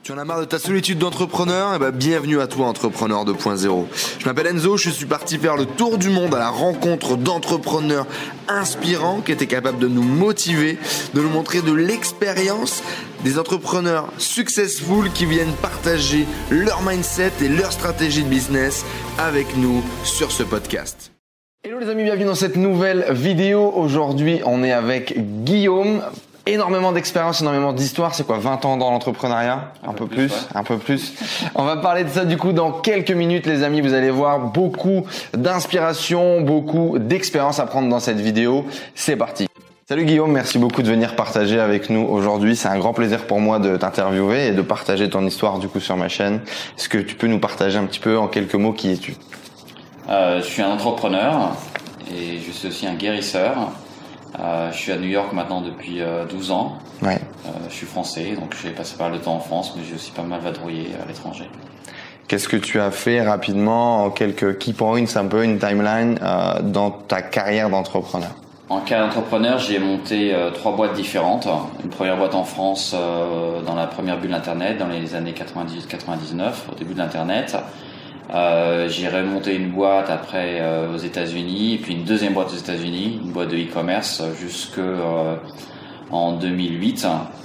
Tu en as marre de ta solitude d'entrepreneur? Eh ben, bienvenue à toi, Entrepreneur 2.0. Je m'appelle Enzo, je suis parti faire le tour du monde à la rencontre d'entrepreneurs inspirants qui étaient capables de nous motiver, de nous montrer de l'expérience, des entrepreneurs successful qui viennent partager leur mindset et leur stratégie de business avec nous sur ce podcast. Hello les amis, bienvenue dans cette nouvelle vidéo. Aujourd'hui, on est avec Guillaume. Énormément d'expérience, énormément d'histoire. C'est quoi, 20 ans dans l'entrepreneuriat? Un peu plus, ouais. Un peu plus. On va parler de ça du coup dans quelques minutes les amis. Vous allez voir beaucoup d'inspiration, beaucoup d'expérience à prendre dans cette vidéo. C'est parti. Salut Guillaume, merci beaucoup de venir partager avec nous aujourd'hui. C'est un grand plaisir pour moi de t'interviewer et de partager ton histoire du coup sur ma chaîne. Est-ce que tu peux nous partager un petit peu en quelques mots qui es-tu? Je suis un entrepreneur et je suis aussi un guérisseur. Je suis à New York maintenant depuis 12 ans. Ouais. Je suis français, donc j'ai passé pas mal de temps en France, mais j'ai aussi pas mal vadrouillé à l'étranger. Qu'est-ce que tu as fait rapidement, en quelques key points, un peu une timeline dans ta carrière d'entrepreneur? En carrière d'entrepreneur, j'ai monté 3 boîtes différentes. Une première boîte en France dans la première bulle Internet, dans les années 98-99, au début de l'Internet. J'ai remonté une boîte après aux États-Unis et puis une deuxième boîte aux États-Unis, une boîte de e-commerce jusque en 2008.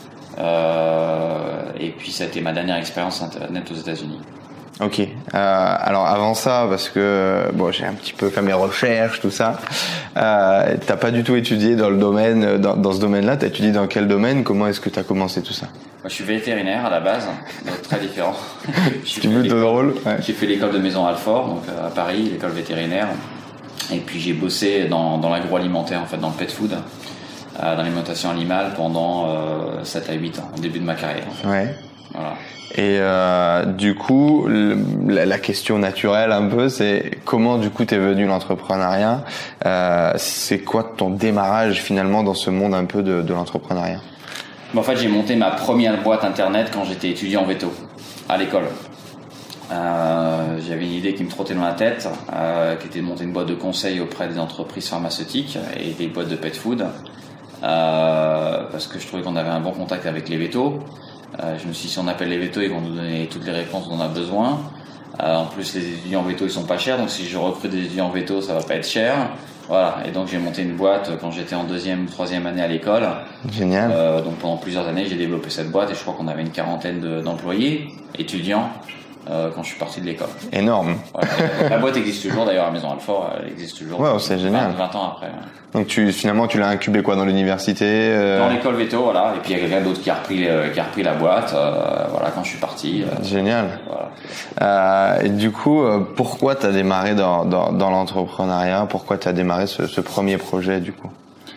Et puis ça a été ma dernière expérience Internet aux États-Unis. Ok. Alors avant ça, parce que bon, j'ai un petit peu fait mes recherches, tout ça. T'as pas du tout étudié dans le domaine, dans ce domaine-là. T'as étudié dans quel domaine? Comment est-ce que t'as commencé tout ça? Moi, je suis vétérinaire à la base, donc très différent. C'est plutôt drôle. Ouais. J'ai fait l'école de Maison Alfort, donc à Paris, l'école vétérinaire. Et puis j'ai bossé dans l'agroalimentaire, en fait, dans le pet food, dans l'alimentation animale pendant 7 à 8 ans, au début de ma carrière. En fait. Ouais. Voilà. Et du coup, la question naturelle un peu, c'est comment du coup t'es venu l'entrepreneuriat? C'est quoi ton démarrage finalement dans ce monde un peu de l'entrepreneuriat? En fait, j'ai monté ma première boîte internet quand j'étais étudiant en veto à l'école. J'avais une idée qui me trottait dans la tête, qui était de monter une boîte de conseil auprès des entreprises pharmaceutiques et des boîtes de pet food, parce que je trouvais qu'on avait un bon contact avec les vétos. Je me suis dit, si on appelle les vétos, ils vont nous donner toutes les réponses dont on a besoin. En plus, les étudiants en veto, ils sont pas chers, donc si je recrute des étudiants en veto, ça va pas être cher. Voilà. Et donc, j'ai monté une boîte quand j'étais en 2e, 3e année à l'école. Génial. Donc, pendant plusieurs années, j'ai développé cette boîte et je crois qu'on avait une quarantaine d'employés, étudiants, quand je suis parti de l'école. Énorme. Voilà. La boîte existe toujours, d'ailleurs, à Maison Alfort, elle existe toujours. Ouais, c'est génial. 20 ans après. Ouais. Donc finalement tu l'as incubé quoi, dans l'université? Dans l'école veto, voilà. Et puis il y a quelqu'un d'autre qui a repris la boîte, voilà, quand je suis parti. Génial. Voilà. Et du coup, pourquoi t'as démarré dans l'entrepreneuriat? Pourquoi t'as démarré ce premier projet du coup?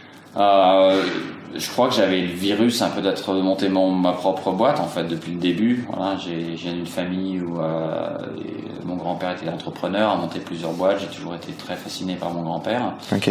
Je crois que j'avais le virus un peu d'être de monter ma propre boîte en fait depuis le début. Voilà, j'ai une famille où mon grand-père était entrepreneur, a monté plusieurs boîtes. J'ai toujours été très fasciné par mon grand-père. Ok.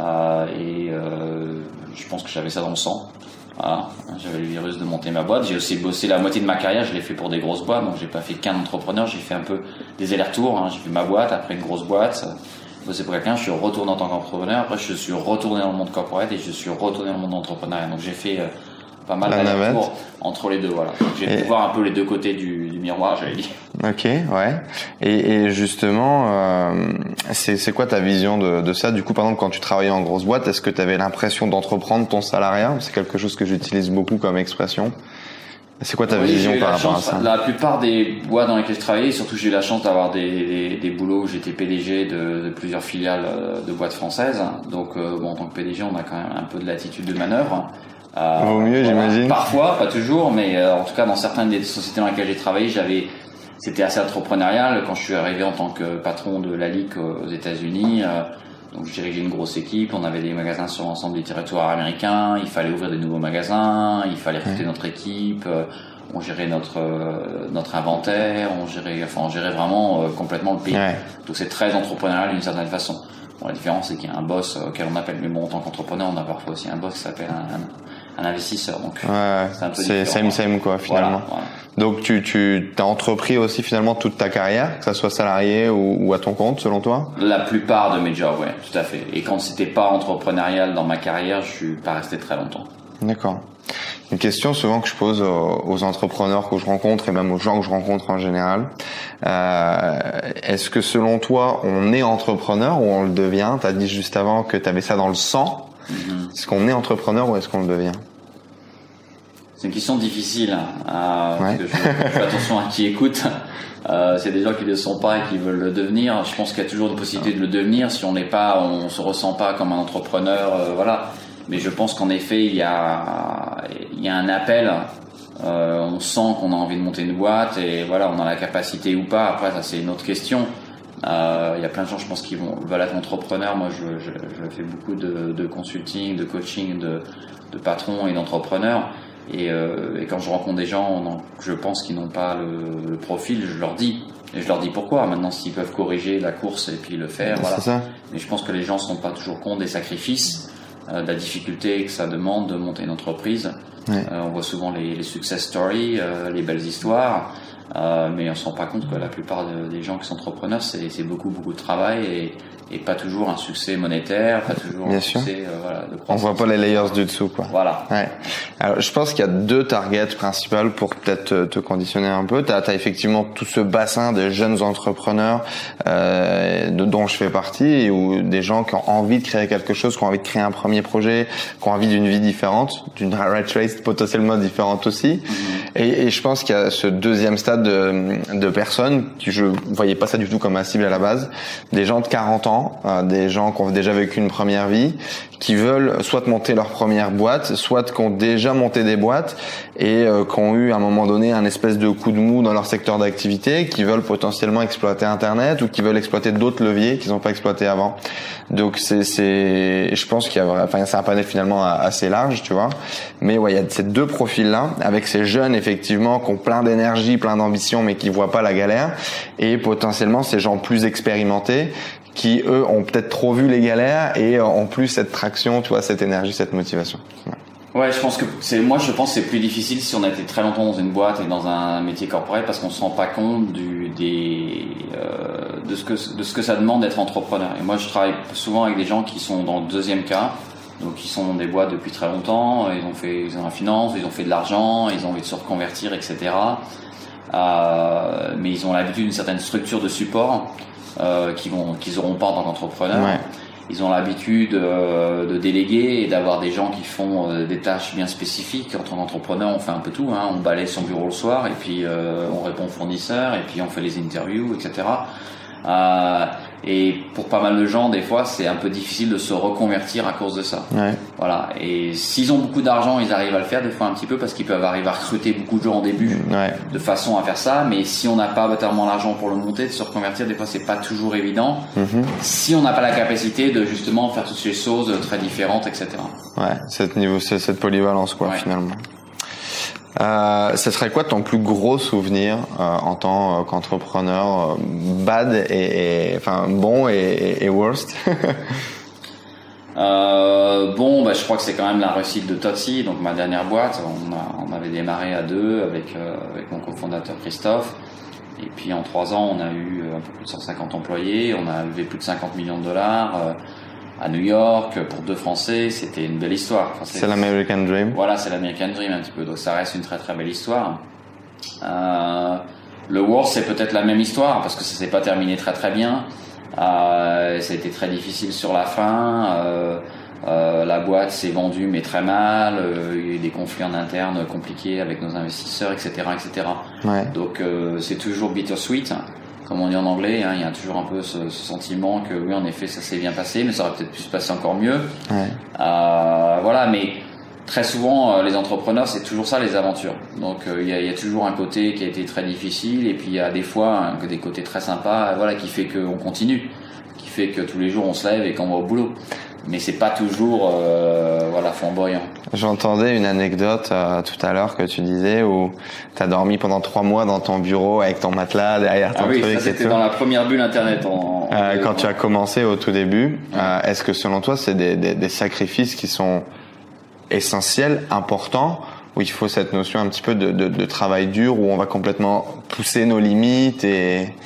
Je pense que j'avais ça dans le sang. Voilà, j'avais le virus de monter ma boîte. J'ai aussi bossé la moitié de ma carrière, je l'ai fait pour des grosses boîtes, donc j'ai pas fait qu'un entrepreneur. J'ai fait un peu des allers-retours. Hein. J'ai fait ma boîte, après une grosse boîte. Bossé pour quelqu'un, je suis retourné en tant qu'entrepreneur, après je suis retourné dans le monde corporate et je suis retourné dans le monde d'entrepreneuriat. Donc j'ai fait pas mal d'allers-retours entre les deux, voilà. Donc, j'ai pu voir un peu les deux côtés du miroir, j'avais dit. Ok, ouais. Et justement, c'est quoi ta vision de ça? Du coup, par exemple, quand tu travaillais en grosse boîte, est-ce que tu avais l'impression d'entreprendre ton salariat? C'est quelque chose que j'utilise beaucoup comme expression. C'est quoi ta vision par rapport à ça? La plupart des boîtes dans lesquelles je travaillais, surtout j'ai eu la chance d'avoir des boulots où j'étais PDG de plusieurs filiales de boîtes françaises. Donc en tant que PDG, on a quand même un peu de latitude de manœuvre. Vaut mieux, j'imagine. Parfois, pas toujours, mais en tout cas dans certaines des sociétés dans lesquelles j'ai travaillé, c'était assez entrepreneurial. Quand je suis arrivé en tant que patron de la LIC aux États-Unis, donc je dirigeais une grosse équipe, on avait des magasins sur l'ensemble des territoires américains, il fallait ouvrir des nouveaux magasins, il fallait recruter notre équipe, on gérait notre inventaire, on gérait vraiment complètement le pays. Ouais. Donc c'est très entrepreneurial d'une certaine façon. Bon, la différence c'est qu'il y a un boss auquel on appelle, mais bon, en tant qu'entrepreneur, on a parfois aussi un boss qui s'appelle un investisseur. Donc c'est un peu différent. C'est same quoi finalement. Voilà. Donc tu as entrepris aussi finalement toute ta carrière, que ça soit salarié ou à ton compte selon toi? La plupart de mes jobs, ouais, tout à fait. Et quand c'était pas entrepreneurial dans ma carrière, je suis pas resté très longtemps. D'accord. Une question souvent que je pose aux entrepreneurs que je rencontre et même aux gens que je rencontre en général. Est-ce que selon toi, on est entrepreneur ou on le devient? Tu as dit juste avant que tu avais ça dans le sang. Est-ce qu'on est entrepreneur ou est-ce qu'on le devient? C'est une question difficile, parce que je fais attention à qui écoute. C'est des gens qui ne le sont pas et qui veulent le devenir. Je pense qu'il y a toujours une possibilité de le devenir. Si on n'est pas, on se ressent pas comme un entrepreneur, voilà. Mais je pense qu'en effet, il y a un appel. On sent qu'on a envie de monter une boîte et voilà, on a la capacité ou pas. Après, ça c'est une autre question. Il y a plein de gens, je pense, qui veulent être entrepreneurs. Moi, je fais beaucoup de consulting, de coaching, de patrons et d'entrepreneurs. Et quand je rencontre des gens, je pense qu'ils n'ont pas le profil, je leur dis. Et je leur dis pourquoi. Maintenant, s'ils peuvent corriger la course et puis le faire, voilà. C'est ça. Mais je pense que les gens ne se rendent pas toujours compte des sacrifices, de la difficulté que ça demande de monter une entreprise. Ouais. On voit souvent les success stories, les belles histoires, mais on se rend pas compte que la plupart des gens qui sont entrepreneurs, c'est beaucoup de travail et pas toujours un succès monétaire, pas toujours Bien un sûr. succès de croissance. On voit pas les layers du dessous, quoi. Voilà. Ouais. Alors, je pense qu'il y a 2 targets principales pour peut-être te conditionner un peu. T'as effectivement tout ce bassin de jeunes entrepreneurs dont je fais partie, ou des gens qui ont envie de créer quelque chose, qui ont envie de créer un premier projet, qui ont envie d'une vie différente, d'une rat race potentiellement différente aussi. Et je pense qu'il y a ce deuxième stade de personnes qui je voyais pas ça du tout comme un cible à la base, des gens de 40 ans, des gens qui ont déjà vécu une première vie, qui veulent soit monter leur première boîte, soit qui ont déjà monté des boîtes et qui ont eu à un moment donné un espèce de coup de mou dans leur secteur d'activité, qui veulent potentiellement exploiter Internet ou qui veulent exploiter d'autres leviers qu'ils n'ont pas exploités avant. Donc je pense qu'il y a, enfin c'est un panel finalement assez large, tu vois. Mais ouais, il y a ces 2 profils-là, avec ces jeunes effectivement qui ont plein d'énergie, plein d'ambition, mais qui voient pas la galère, et potentiellement ces gens plus expérimentés qui eux ont peut-être trop vu les galères et ont plus cette traction, tu vois, cette énergie, cette motivation. Ouais, je pense que je pense que c'est plus difficile si on a été très longtemps dans une boîte et dans un métier corporate parce qu'on se rend pas compte de ce que ça demande d'être entrepreneur. Et moi, je travaille souvent avec des gens qui sont dans le deuxième cas, donc qui sont dans des boîtes depuis très longtemps, ils ont la finance, ils ont fait de l'argent, ils ont envie de se reconvertir, etc. Mais ils ont l'habitude d'une certaine structure de support qu'ils auront pas en tant qu'entrepreneurs. Ouais. Ils ont l'habitude de déléguer et d'avoir des gens qui font des tâches bien spécifiques. En tant qu'entrepreneur, on fait un peu tout, hein. On balaye son bureau le soir et puis on répond aux fournisseurs et puis on fait les interviews, etc. Et pour pas mal de gens, des fois, c'est un peu difficile de se reconvertir à cause de ça. Ouais. Voilà. Et s'ils ont beaucoup d'argent, ils arrivent à le faire des fois un petit peu parce qu'ils peuvent arriver à recruter beaucoup de gens au début, ouais, de façon à faire ça. Mais si on n'a pas notamment l'argent pour le monter, de se reconvertir, des fois, c'est pas toujours évident. Si on n'a pas la capacité de justement faire toutes ces choses très différentes, etc. Ouais. Cette polyvalence, quoi, ouais, finalement. Ce serait quoi ton plus gros souvenir en tant qu'entrepreneur, bad enfin bon et worst? Bon, je crois que c'est quand même la réussite de Totsi, donc ma dernière boîte. On avait démarré à 2 avec mon cofondateur Christophe. Et puis en 3 ans, on a eu un peu plus de 150 employés, on a levé plus de 50 millions de dollars. À New York, pour 2 Français, c'était une belle histoire. Enfin, c'est l'American Dream. Voilà, c'est l'American Dream un petit peu. Donc ça reste une très très belle histoire. Le worst, c'est peut-être la même histoire parce que ça s'est pas terminé très très bien. Ça a été très difficile sur la fin. La boîte s'est vendue mais très mal. Il y a eu des conflits en interne compliqués avec nos investisseurs, etc., etc. Ouais. Donc c'est toujours bittersweet. Comme on dit en anglais, hein, il y a toujours un peu ce sentiment que oui, en effet, ça s'est bien passé, mais ça aurait peut-être pu se passer encore mieux. Ouais. Voilà, mais très souvent, les entrepreneurs, c'est toujours ça, les aventures. Donc, il y a toujours un côté qui a été très difficile, et puis il y a des fois des côtés très sympas, voilà, qui fait qu'on continue, qui fait que tous les jours on se lève et qu'on va au boulot. Mais c'est pas toujours voilà, flamboyant. J'entendais une anecdote tout à l'heure que tu disais où t'as dormi pendant 3 mois dans ton bureau avec ton matelas derrière ton truc. Ça, c'était dans la première bulle internet. Quand tu as commencé au tout début, est-ce que selon toi c'est des sacrifices qui sont essentiels, importants, où il faut cette notion un petit peu de travail dur où on va complètement pousser nos limites et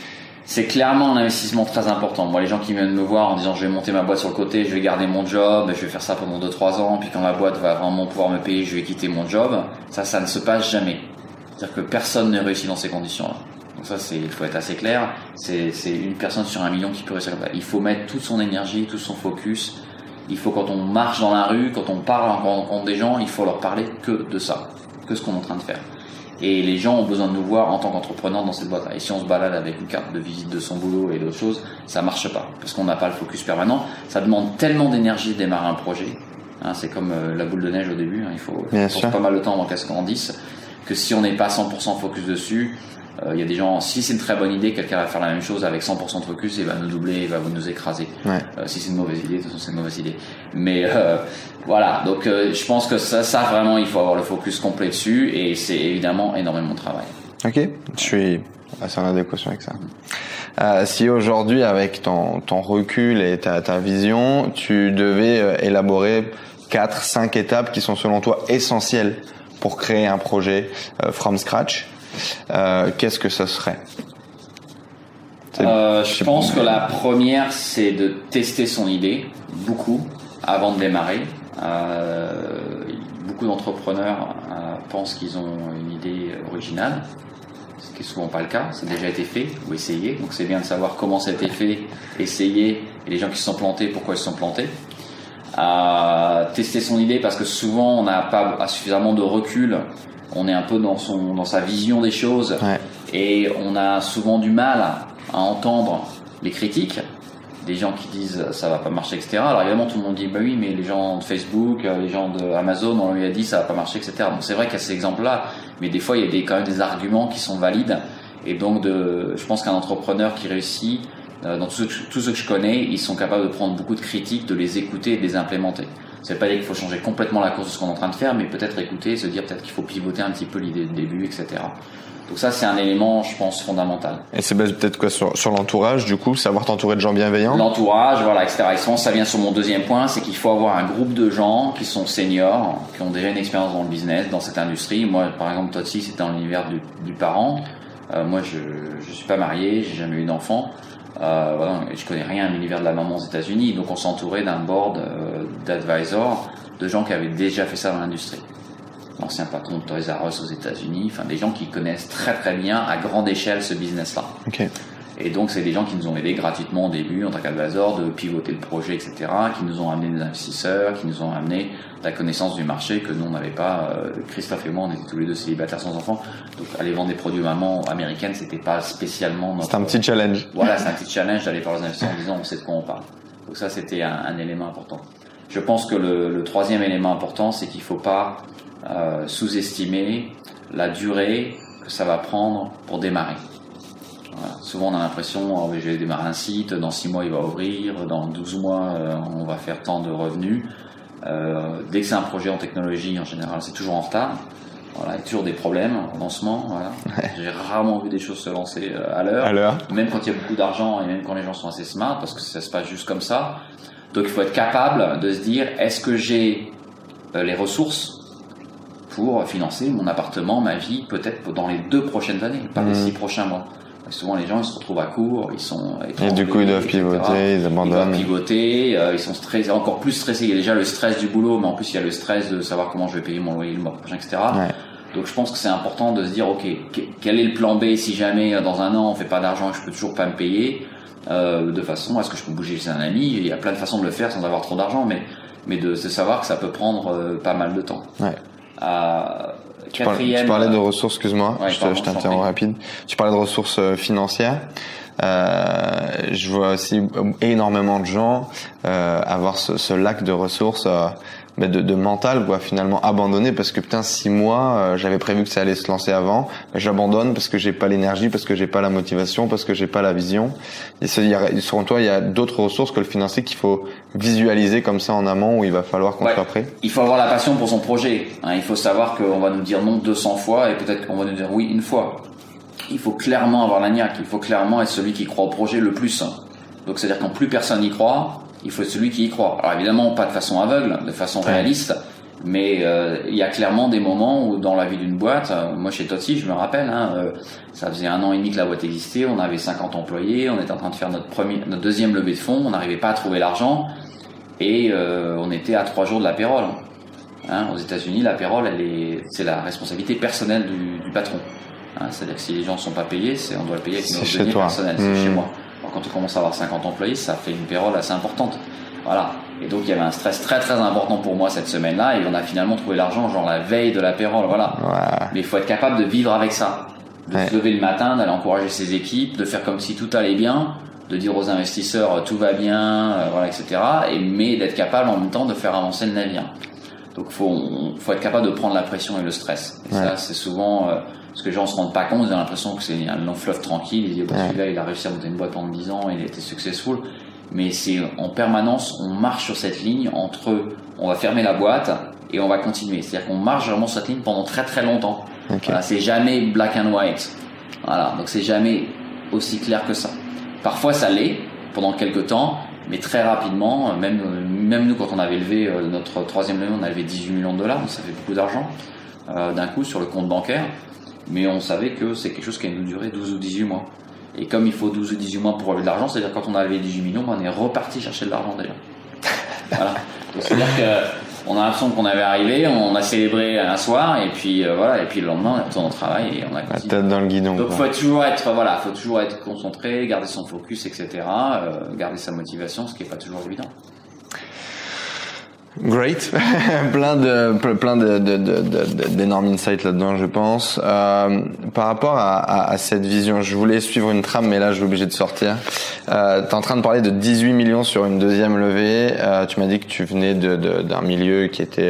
c'est clairement un investissement très important. Moi, les gens qui viennent me voir en disant je vais monter ma boîte sur le côté, je vais garder mon job, je vais faire ça pendant 2-3 ans, puis quand ma boîte va vraiment pouvoir me payer, je vais quitter mon job. Ça ne se passe jamais. C'est-à-dire que personne ne réussit dans ces conditions-là. Donc ça, il faut être assez clair. C'est une personne sur 1 million qui peut réussir comme ça. Il faut mettre toute son énergie, tout son focus. Il faut, quand on marche dans la rue, quand on parle en rencontre des gens, il faut leur parler que de ça, que ce qu'on est en train de faire. Et les gens ont besoin de nous voir en tant qu'entrepreneurs dans cette boîte-là. Et si on se balade avec une carte de visite de son boulot et d'autres choses, ça marche pas. Parce qu'on n'a pas le focus permanent. Ça demande tellement d'énergie de démarrer un projet. C'est comme la boule de neige au début. Il faut pas mal de temps avant qu'elle se grandisse. Que si on n'est pas 100% focus dessus, il y a des gens, si c'est une très bonne idée, quelqu'un va faire la même chose avec 100% de focus et va nous doubler, il va nous écraser. Ouais. Si c'est une mauvaise idée, de toute façon c'est une mauvaise idée. Mais voilà, donc je pense que ça vraiment, il faut avoir le focus complet dessus et c'est évidemment énormément de travail. Ok, je suis assez en adéquation avec ça. Si aujourd'hui, avec ton recul et ta vision, tu devais élaborer 4-5 étapes qui sont selon toi essentielles pour créer un projet from scratch, qu'est-ce que ça serait? Je pense que la première, c'est de tester son idée, beaucoup, avant de démarrer. Beaucoup d'entrepreneurs pensent qu'ils ont une idée originale, ce qui est souvent pas le cas. Ça a déjà été fait ou essayé, donc c'est bien de savoir comment ça a été fait, essayer, et les gens qui se sont plantés, pourquoi ils se sont plantés. Tester son idée parce que souvent on n'a pas suffisamment de recul, on est un peu dans sa vision des choses, ouais. Et on a souvent du mal à entendre les critiques des gens qui disent ça va pas marcher, etc. Alors évidemment tout le monde dit bah oui, mais les gens de Facebook, les gens de Amazon, on lui a dit ça va pas marcher, etc. Donc c'est vrai qu'il y a ces exemples-là, mais des fois il y a quand même des arguments qui sont valides, et donc je pense qu'un entrepreneur qui réussit, dans tous ceux que je connais, ils sont capables de prendre beaucoup de critiques, de les écouter et de les implémenter. C'est pas dire qu'il faut changer complètement la course de ce qu'on est en train de faire, mais peut-être écouter et se dire peut-être qu'il faut pivoter un petit peu l'idée de début, etc. Donc ça, c'est un élément, je pense, fondamental. Et c'est basé peut-être quoi sur l'entourage, du coup, savoir t'entourer de gens bienveillants. L'entourage, voilà, etc. Et souvent, ça vient sur mon deuxième point, c'est qu'il faut avoir un groupe de gens qui sont seniors, qui ont déjà une expérience dans le business, dans cette industrie. Moi, par exemple, Totsi, c'était dans l'univers du parent. Moi, je suis pas marié, j'ai jamais eu d'enfant. Voilà, je connais rien à l'univers de la maman aux États-Unis, donc on s'entourait d'un board d'advisors, de gens qui avaient déjà fait ça dans l'industrie. L'ancien patron de Toys R Us aux États-Unis, enfin des gens qui connaissent très très bien à grande échelle ce business-là. Okay. Et donc c'est des gens qui nous ont aidés gratuitement au début en tant qu'advisors de pivoter le projet, etc., qui nous ont amené des investisseurs, qui nous ont amené la connaissance du marché que nous on n'avait pas. Christophe et moi, on était tous les deux célibataires sans enfants, donc aller vendre des produits maman américaines, c'était pas spécialement notre... C'était un petit challenge. Voilà, c'est un petit challenge d'aller voir les investisseurs en disant on sait de quoi on parle. Donc ça, c'était un élément important. Je pense que le troisième élément important, c'est qu'il faut pas sous-estimer la durée que ça va prendre pour démarrer. Voilà. Souvent on a l'impression je vais démarrer un site, dans 6 mois il va ouvrir, dans 12 mois on va faire tant de revenus. Dès que c'est un projet en technologie, en général c'est toujours en retard. Voilà, il y a toujours des problèmes en lancement. Voilà. Ouais. J'ai rarement vu des choses se lancer à l'heure, même quand il y a beaucoup d'argent et même quand les gens sont assez smart, parce que ça se passe juste comme ça. Donc il faut être capable de se dire, est-ce que j'ai les ressources pour financer mon appartement, ma vie, peut-être dans les 2 prochaines années, pas les 6 prochains mois. Souvent les gens ils se retrouvent à court, ils sont et du coup ils doivent pivoter, ils abandonnent. Ils doivent pivoter, ils sont stressés, encore plus stressés. Il y a déjà le stress du boulot, mais en plus il y a le stress de savoir comment je vais payer mon loyer le mois prochain, etc. Ouais. Donc je pense que c'est important de se dire ok, quel est le plan B si jamais dans un an on fait pas d'argent et je peux toujours pas me payer, de façon est-ce que je peux bouger chez un ami. Il y a plein de façons de le faire sans avoir trop d'argent, mais de savoir que ça peut prendre pas mal de temps. Ouais. Tu parlais de ressources, excuse-moi, ouais, je t'interromps rapide. Tu parlais de ressources financières. Je vois aussi énormément de gens avoir ce lac de ressources, de mental, quoi, finalement abandonner parce que 6 mois, j'avais prévu que ça allait se lancer avant, j'abandonne parce que j'ai pas l'énergie, parce que j'ai pas la motivation, parce que j'ai pas la vision. Et selon toi, il y a d'autres ressources que le financier qu'il faut visualiser comme ça en amont où il va falloir qu'on soit prêt. Il faut avoir la passion pour son projet. Il faut savoir qu'on va nous dire non 200 fois et peut-être qu'on va nous dire oui 1 fois. Il faut clairement avoir la niaque, il faut clairement être celui qui croit au projet le plus. Donc c'est-à-dire quand plus personne y croit, il faut être celui qui y croit. Alors évidemment pas de façon aveugle, de façon réaliste, Mais il y a clairement des moments où dans la vie d'une boîte, moi chez Totsi, je me rappelle, ça faisait 1 an et demi que la boîte existait, on avait 50 employés, on était en train de faire notre deuxième levée de fonds, on n'arrivait pas à trouver l'argent et on était à 3 jours de la payroll. Aux États-Unis, la payroll, c'est la responsabilité personnelle du patron. C'est-à-dire que si les gens ne sont pas payés, on doit le payer avec nos deniers personnels, c'est chez moi. Alors, quand on commence à avoir 50 employés, ça fait une payroll assez importante. Voilà. Et donc il y avait un stress très très important pour moi cette semaine-là, et on a finalement trouvé l'argent genre la veille de la payroll, voilà. Ouais. Mais il faut être capable de vivre avec ça, de se lever le matin, d'aller encourager ses équipes, de faire comme si tout allait bien, de dire aux investisseurs tout va bien, voilà, etc. Mais d'être capable en même temps de faire avancer le navire. Donc faut être capable de prendre la pression et le stress. Et ça c'est souvent parce que les gens se rendent pas compte, ils ont l'impression que c'est un long fleuve tranquille, ils disent celui-là il a réussi à monter une boîte pendant 10 ans, il a été successful. Mais c'est en permanence, on marche sur cette ligne entre on va fermer la boîte et on va continuer. C'est-à-dire qu'on marche vraiment sur cette ligne pendant très très longtemps. Voilà, c'est jamais black and white. Voilà, donc c'est jamais aussi clair que ça. Parfois ça l'est pendant quelques temps, mais très rapidement, même nous quand on avait levé notre 3e levée, on a levé 18 millions de dollars, donc ça fait beaucoup d'argent d'un coup sur le compte bancaire. Mais on savait que c'est quelque chose qui allait nous durer 12 ou 18 mois. Et comme il faut 12 ou 18 mois pour lever de l'argent, c'est-à-dire quand on a levé 18 millions, on est reparti chercher de l'argent déjà. Voilà. Donc c'est-à-dire qu'on a l'impression qu'on avait arrivé, on a célébré un soir, et puis voilà, et puis le lendemain, on retourne au travail et on a continué. La tête dans le guidon. Donc faut toujours être concentré, garder son focus, etc. Garder sa motivation, ce qui est pas toujours évident. Great, plein d'énormes insights là-dedans, je pense. Par rapport à cette vision, je voulais suivre une trame, mais là, je suis obligé de sortir. T'es en train de parler de 18 millions sur une deuxième levée. Tu m'as dit que tu venais d'un milieu qui était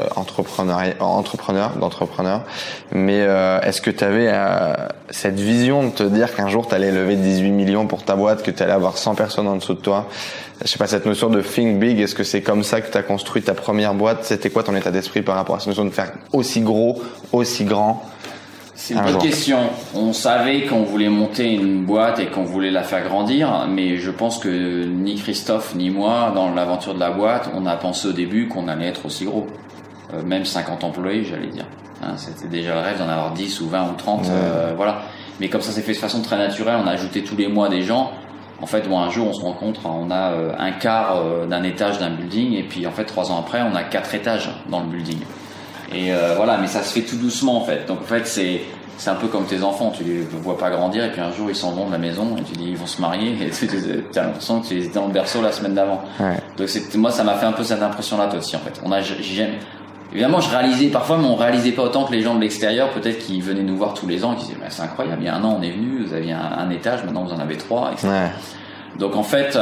d'entrepreneur. Mais est-ce que tu avais cette vision de te dire qu'un jour, tu allais lever 18 millions pour ta boîte, que tu allais avoir 100 personnes en dessous de toi? Je sais pas, cette notion de think big, est-ce que c'est comme ça que tu as construit ta première boîte? C'était quoi ton état d'esprit par rapport à cette notion de faire aussi gros, aussi grand? C'est une bonne question. On savait qu'on voulait monter une boîte et qu'on voulait la faire grandir, mais je pense que ni Christophe ni moi, dans l'aventure de la boîte, on a pensé au début qu'on allait être aussi gros. Même 50 employés, j'allais dire. C'était déjà le rêve d'en avoir 10 ou 20 ou 30, voilà. Mais comme ça s'est fait de façon très naturelle, on a ajouté tous les mois des gens. En fait, un jour, on se rencontre, on a un quart d'un étage d'un building, et puis en fait, 3 ans après, on a 4 étages dans le building. Et voilà, mais ça se fait tout doucement en fait. Donc en fait, c'est un peu comme tes enfants, tu les vois pas grandir, et puis un jour, ils s'en vont de la maison, et tu dis, ils vont se marier, et tu as l'impression que tu étais dans le berceau la semaine d'avant. Ouais. Donc moi, ça m'a fait un peu cette impression-là, toi aussi, en fait. Évidemment, je réalisais parfois, mais on réalisait pas autant que les gens de l'extérieur, peut-être qui venaient nous voir tous les ans, qui disaient, c'est incroyable, il y a 1 an, on est venu, vous aviez un étage, maintenant vous en avez 3, etc. Ouais. Donc en fait,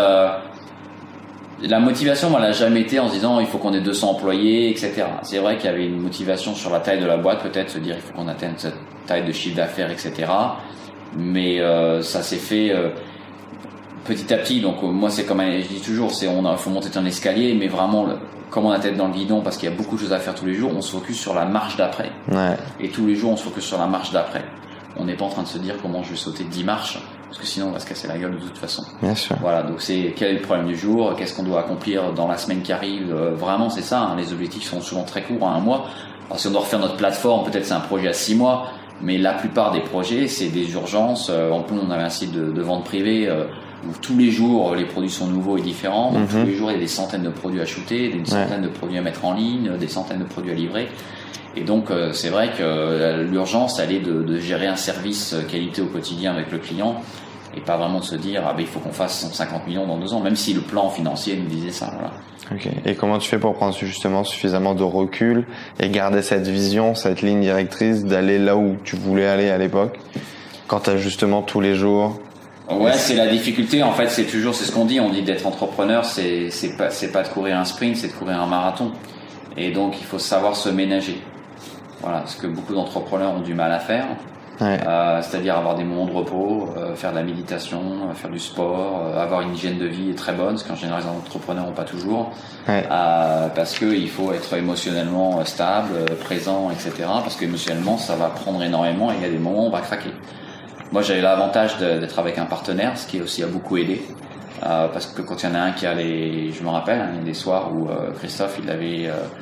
la motivation, moi, elle n'a jamais été en se disant, il faut qu'on ait 200 employés, etc. C'est vrai qu'il y avait une motivation sur la taille de la boîte, peut-être se dire, il faut qu'on atteigne cette taille de chiffre d'affaires, etc. Mais ça s'est fait petit à petit. Donc moi, c'est comme je dis toujours, il faut monter un escalier, mais vraiment comme on a la tête dans le guidon, parce qu'il y a beaucoup de choses à faire tous les jours, on se focus sur la marche d'après. Ouais. Et tous les jours, on se focus sur la marche d'après. On n'est pas en train de se dire comment je vais sauter 10 marches, parce que sinon on va se casser la gueule de toute façon. Bien sûr. Voilà, donc c'est quel est le problème du jour, qu'est-ce qu'on doit accomplir dans la semaine qui arrive, vraiment c'est ça, les objectifs sont souvent très courts, à 1 mois. Alors si on doit refaire notre plateforme, peut-être c'est un projet à 6 mois, mais la plupart des projets, c'est des urgences. En plus, on avait un site de vente privée où tous les jours, les produits sont nouveaux et différents. Donc, tous les jours, il y a des centaines de produits à shooter, des centaines de produits à mettre en ligne, des centaines de produits à livrer. Et donc, c'est vrai que l'urgence, elle est de gérer un service qualité au quotidien avec le client et pas vraiment de se dire, il faut qu'on fasse 150 millions dans 2 ans, même si le plan financier nous disait ça. Voilà. Ok. Et comment tu fais pour prendre justement suffisamment de recul et garder cette vision, cette ligne directrice d'aller là où tu voulais aller à l'époque, quand tu as justement tous les jours? Ouais, c'est la difficulté. En fait, c'est ce qu'on dit. On dit d'être entrepreneur, c'est pas de courir un sprint, c'est de courir un marathon. Et donc, il faut savoir se ménager. Voilà, ce que beaucoup d'entrepreneurs ont du mal à faire. Ouais. C'est-à-dire avoir des moments de repos, faire de la méditation, faire du sport, avoir une hygiène de vie très bonne, ce qu'en général les entrepreneurs n'ont pas toujours, ouais. Parce que il faut être émotionnellement stable, présent, etc. Parce qu'émotionnellement ça va prendre énormément et il y a des moments où on va craquer. Moi j'avais l'avantage d'être avec un partenaire, ce qui aussi a beaucoup aidé. Parce que quand il y en a un qui a je me rappelle, il y a des soirs où Christophe il avait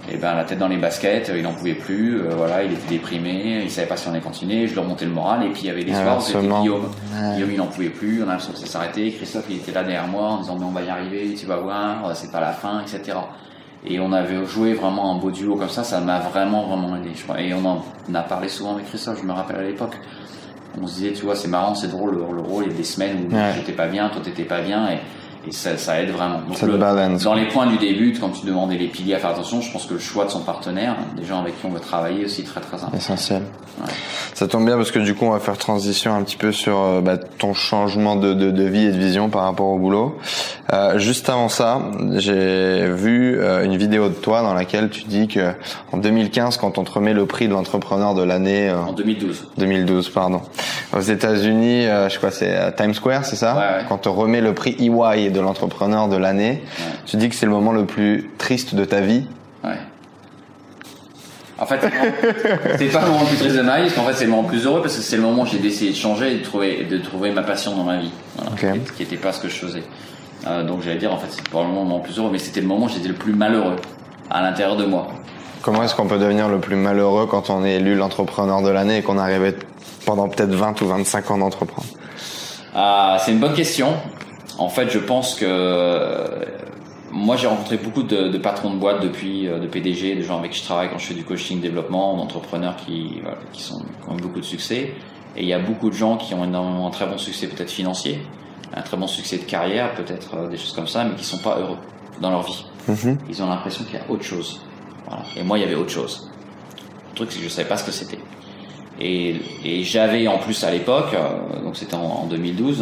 Et ben la tête dans les baskets, il n'en pouvait plus, voilà, il était déprimé, il savait pas si on allait continuer, je lui remontais le moral, et puis il y avait les soirs où c'était Guillaume. Guillaume, il n'en pouvait plus, on a l'impression que ça s'arrêtait, Christophe, il était là derrière moi en disant mais on va y arriver, tu vas voir, c'est pas la fin, etc. Et on avait joué vraiment un beau duo comme ça m'a vraiment aidé, je crois. Et on en a parlé souvent avec Christophe, je me rappelle à l'époque. On se disait, tu vois, c'est marrant, c'est drôle, le rôle, il y a des semaines où j'étais pas bien, toi t'étais pas bien, et ça aide vraiment. Donc dans les points du début, quand tu demandais les piliers à faire attention, je pense que le choix de son partenaire, des gens avec qui on veut travailler aussi très très important. Essentiel. Ouais. Ça tombe bien parce que du coup on va faire transition un petit peu sur ton changement de vie et de vision par rapport au boulot. Juste avant ça, j'ai vu une vidéo de toi dans laquelle tu dis que en 2015, quand on te remet le prix de l'entrepreneur de l'année, en 2012. 2012, pardon. Aux États-Unis, je sais pas, c'est Times Square, c'est ça? Ouais. Quand on te remet le prix EY de l'entrepreneur de l'année, tu dis que c'est le moment le plus triste de ta vie. Ouais. En fait, c'est pas le moment le plus triste de ma vie, parce qu'en fait c'est le moment le plus heureux, parce que c'est le moment où j'ai décidé de changer et de trouver ma passion dans ma vie, voilà, qui était pas ce que je faisais. Donc j'allais dire, en fait, c'est probablement le moment le plus heureux, mais c'était le moment où j'étais le plus malheureux à l'intérieur de moi. Comment est-ce qu'on peut devenir le plus malheureux quand on est élu l'entrepreneur de l'année et qu'on arrive pendant peut-être 20 ou 25 ans d'entreprendre? C'est une bonne question. En fait, je pense que moi, j'ai rencontré beaucoup de patrons de boîtes depuis, de PDG, de gens avec qui je travaille quand je fais du coaching, développement, d'entrepreneurs qui ont eu beaucoup de succès. Et il y a beaucoup de gens qui ont énormément un très bon succès, peut-être financier, un très bon succès de carrière, peut-être des choses comme ça, mais qui sont pas heureux dans leur vie. Ils ont l'impression qu'il y a autre chose. Voilà. Et moi, il y avait autre chose. Le truc, c'est que je savais pas ce que c'était. Et j'avais en plus à l'époque, donc c'était en 2012,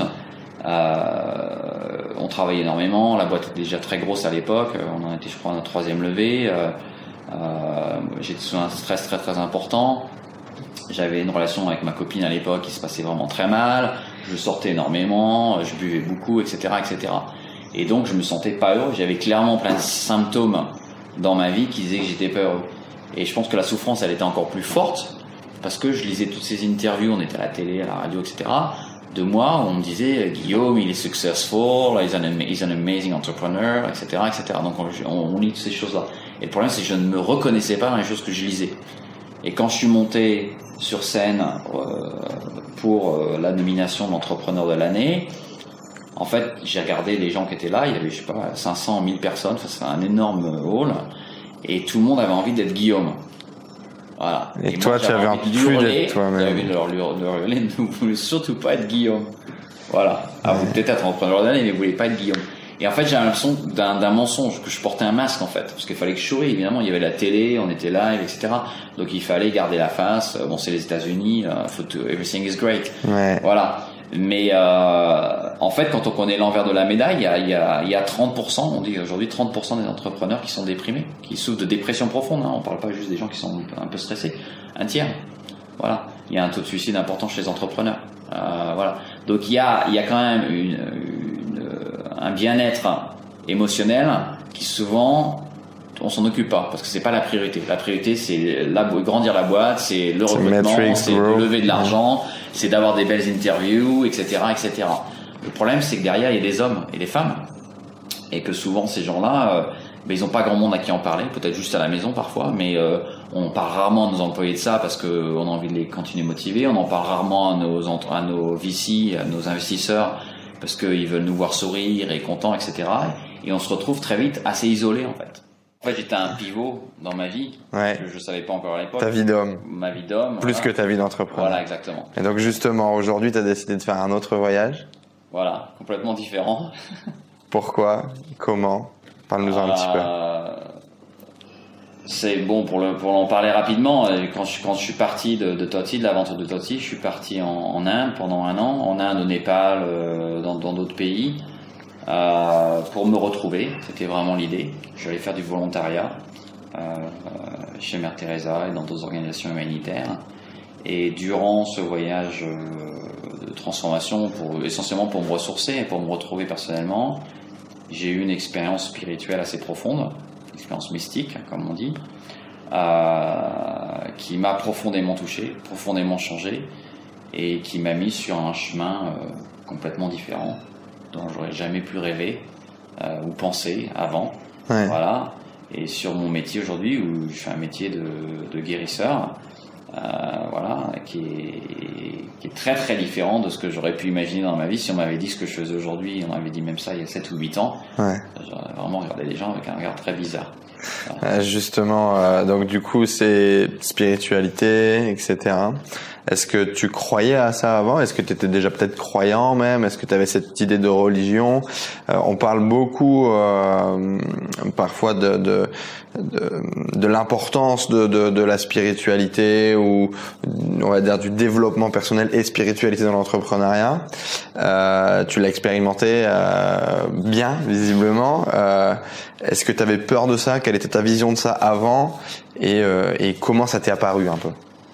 on travaillait énormément, la boîte était déjà très grosse à l'époque, on en était je crois à notre 3e levée, j'étais sous un stress très très important, j'avais une relation avec ma copine à l'époque qui se passait vraiment très mal, je sortais énormément, je buvais beaucoup, etc. etc. Et donc je me sentais pas heureux, j'avais clairement plein de symptômes dans ma vie qui disaient que j'étais pas heureux. Et je pense que la souffrance elle était encore plus forte, parce que je lisais toutes ces interviews, on était à la télé, à la radio, etc., de moi, où on me disait Guillaume, il est successful, he's an amazing entrepreneur, etc., etc. Donc on lit toutes ces choses-là. Et le problème, c'est que je ne me reconnaissais pas dans les choses que je lisais. Et quand je suis monté sur scène pour la nomination d'entrepreneur de l'année, en fait, j'ai regardé les gens qui étaient là, il y avait, je sais pas, 500, 1000 personnes, c'était un énorme hall, et tout le monde avait envie d'être Guillaume. Voilà. Et toi, tu avais envie d'être toi-même. J'avais envie de leur hurler, ne voulez surtout pas être Guillaume. Voilà. Alors, vous peut-être être entrepreneur de l'année, mais vous voulez pas être Guillaume. Et en fait, j'ai l'impression d'un mensonge, que je portais un masque, en fait. Parce qu'il fallait que je sourie, évidemment. Il y avait la télé, on était live, etc. Donc, il fallait garder la face. Bon, c'est les États-Unis, everything is great. Ouais. Voilà. Mais en fait, quand on connaît l'envers de la médaille, il y a 30%, on dit aujourd'hui 30% des entrepreneurs qui sont déprimés, qui souffrent de dépression profonde. Hein. On parle pas juste des gens qui sont un peu stressés. Un tiers. Voilà. Il y a un taux de suicide important chez les entrepreneurs. Voilà. Donc il y a quand même un bien-être émotionnel qui souvent on s'en occupe pas parce que c'est pas la priorité. La priorité c'est grandir la boîte, c'est le recrutement, c'est de lever de l'argent, c'est d'avoir des belles interviews, etc., etc. Le problème c'est que derrière il y a des hommes et des femmes et que souvent ces gens-là, ils ont pas grand monde à qui en parler, peut-être juste à la maison parfois, mais on parle rarement à nos employés de ça parce que on a envie de les continuer motiver. On en parle rarement à nos VC, à nos investisseurs parce qu'ils veulent nous voir sourire et contents, etc. Et on se retrouve très vite assez isolé en fait. En fait, j'étais un pivot dans ma vie. Ouais. Je savais pas encore à l'époque. Ta vie d'homme. Ma vie d'homme. Plus que ta vie d'entrepreneur. Voilà, exactement. Et donc, justement, aujourd'hui, tu as décidé de faire un autre voyage. Voilà, complètement différent. Pourquoi? Comment? Parle-nous-en un petit peu. C'est bon, pour en parler rapidement, quand je suis parti de Toti, de l'aventure de Toti, je suis parti en Inde pendant 1 an, en Inde, au Népal, dans d'autres pays. Pour me retrouver, c'était vraiment l'idée. J'allais faire du volontariat chez Mère Teresa et dans d'autres organisations humanitaires. Et durant ce voyage de transformation, essentiellement pour me ressourcer et pour me retrouver personnellement, j'ai eu une expérience spirituelle assez profonde, une expérience mystique, comme on dit, qui m'a profondément touché, profondément changé, et qui m'a mis sur un chemin complètement différent, dont j'aurais jamais pu rêver ou penser avant. Ouais. Voilà. et sur mon métier aujourd'hui où je fais un métier de guérisseur, voilà, qui est très très différent de ce que j'aurais pu imaginer dans ma vie. Si on m'avait dit ce que je faisais aujourd'hui, on m'avait dit même ça il y a 7 ou 8 ans, j'aurais vraiment regardé les gens avec un regard très bizarre. Justement, donc du coup c'est spiritualité, etc. Est-ce que tu croyais à ça avant? Est-ce que tu étais déjà peut-être croyant même? Est-ce que tu avais cette idée de religion? On parle beaucoup parfois de l'importance de la spiritualité ou on va dire du développement personnel et spiritualité dans l'entrepreneuriat. Tu l'as expérimenté bien visiblement. Est-ce que tu avais peur de ça? Quelle était ta vision de ça avant et comment ça t'est apparu un peu?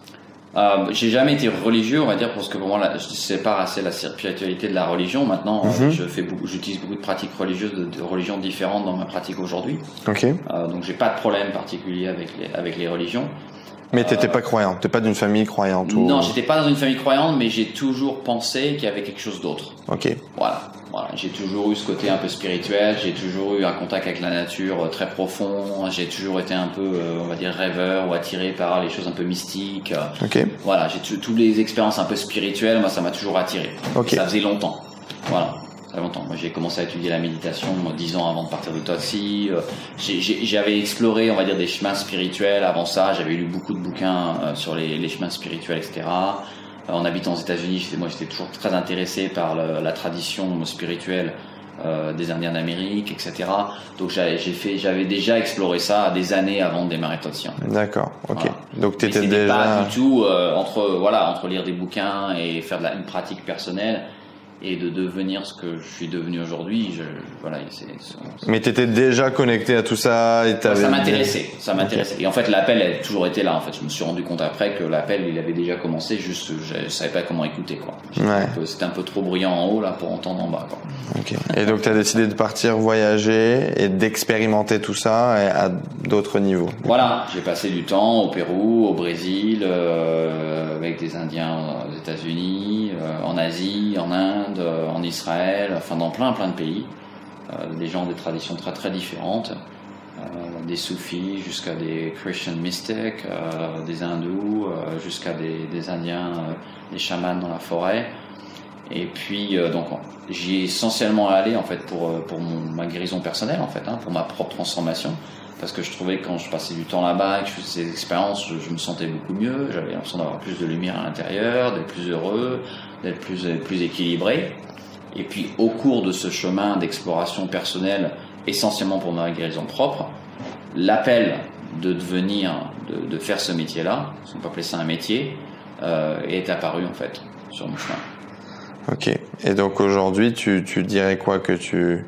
J'ai jamais été religieux, on va dire, parce que pour moi, je sépare assez la spiritualité de la religion. Maintenant, j'utilise beaucoup de pratiques religieuses, de religions différentes dans ma pratique aujourd'hui. Okay. Donc, j'ai pas de problème particulier avec les religions. Mais t'étais pas croyant, t'es pas d'une famille croyante ou... Non, j'étais pas dans une famille croyante, mais j'ai toujours pensé qu'il y avait quelque chose d'autre. Ok. Voilà. J'ai toujours eu ce côté un peu spirituel, j'ai toujours eu un contact avec la nature très profond, j'ai toujours été un peu, on va dire, rêveur ou attiré par les choses un peu mystiques. Ok. Voilà, j'ai toutes les expériences un peu spirituelles, moi ça m'a toujours attiré. Ok. Ça faisait longtemps. Voilà. Très longtemps. Moi, j'ai commencé à étudier la méditation 10 ans avant de partir de taxi. J'avais exploré, on va dire, des chemins spirituels. Avant ça, j'avais lu beaucoup de bouquins sur les chemins spirituels, etc. En habitant aux États-Unis, moi, j'étais toujours très intéressé par la tradition spirituelle des Indiens d'Amérique, etc. Donc, j'avais déjà exploré ça des années avant de démarrer Totsi. En fait. D'accord. Ok. Voilà. Donc, t'étais déjà pas du tout entre lire des bouquins et faire une pratique personnelle. Et de devenir ce que je suis devenu aujourd'hui, Mais t'étais déjà connecté à tout ça et ça m'intéressait. Okay. Et en fait, l'appel a toujours été là. En fait, je me suis rendu compte après que l'appel, il avait déjà commencé. Juste, je savais pas comment écouter, quoi. C'était un peu trop bruyant en haut là pour entendre en bas, quoi. Ok. Et donc, t'as décidé de partir voyager et d'expérimenter tout ça à d'autres niveaux. Voilà. J'ai passé du temps au Pérou, au Brésil, avec des Indiens aux États-Unis, en Asie, en Inde. En Israël, enfin dans plein de pays, des gens des traditions très très différentes, des soufis jusqu'à des Christian mystics, des hindous jusqu'à des Indiens, des chamans dans la forêt. Et puis donc j'y ai essentiellement allé en fait pour ma guérison personnelle en fait, pour ma propre transformation. Parce que je trouvais que quand je passais du temps là-bas et que je faisais ces expériences, je me sentais beaucoup mieux, j'avais l'impression d'avoir plus de lumière à l'intérieur, d'être plus heureux, d'être plus équilibré. Et puis au cours de ce chemin d'exploration personnelle, essentiellement pour ma guérison propre, l'appel de faire ce métier-là, si on peut appeler ça un métier, est apparu en fait sur mon chemin. Ok. Et donc aujourd'hui, tu dirais quoi que tu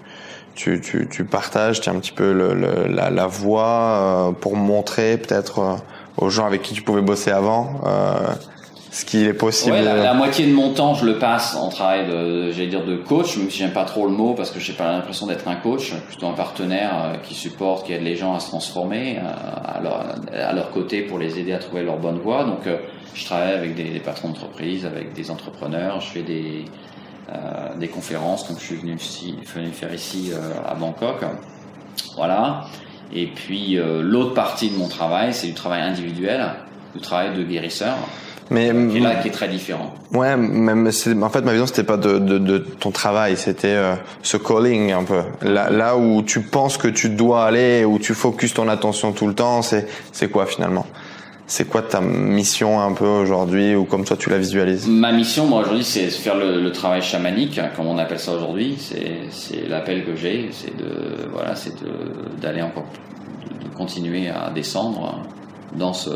partages un petit peu la voie pour montrer peut-être aux gens avec qui tu pouvais bosser avant ce qu'il est possible. Ouais, la moitié de mon temps je le passe en travail de coach, même si j'aime pas trop le mot parce que j'ai pas l'impression d'être un coach, plutôt un partenaire qui supporte, qui aide les gens à se transformer à leur côté pour les aider à trouver leur bonne voie. Donc je travaille avec des patrons d'entreprise, avec des entrepreneurs, je fais des conférences comme je suis venu faire ici à Bangkok. Voilà. Et puis l'autre partie de mon travail, c'est du travail individuel, du travail de guérisseur. Mais qui est très différent. Ouais, même en fait ma vision c'était pas de ton travail, c'était ce calling un peu. Là où tu penses que tu dois aller, où tu focuses ton attention tout le temps, c'est quoi finalement? C'est quoi ta mission un peu aujourd'hui ou comme toi tu la visualises? Ma mission, moi aujourd'hui, c'est faire le travail chamanique, comme on appelle ça aujourd'hui. C'est l'appel que j'ai, c'est d'aller encore, de continuer à descendre dans ce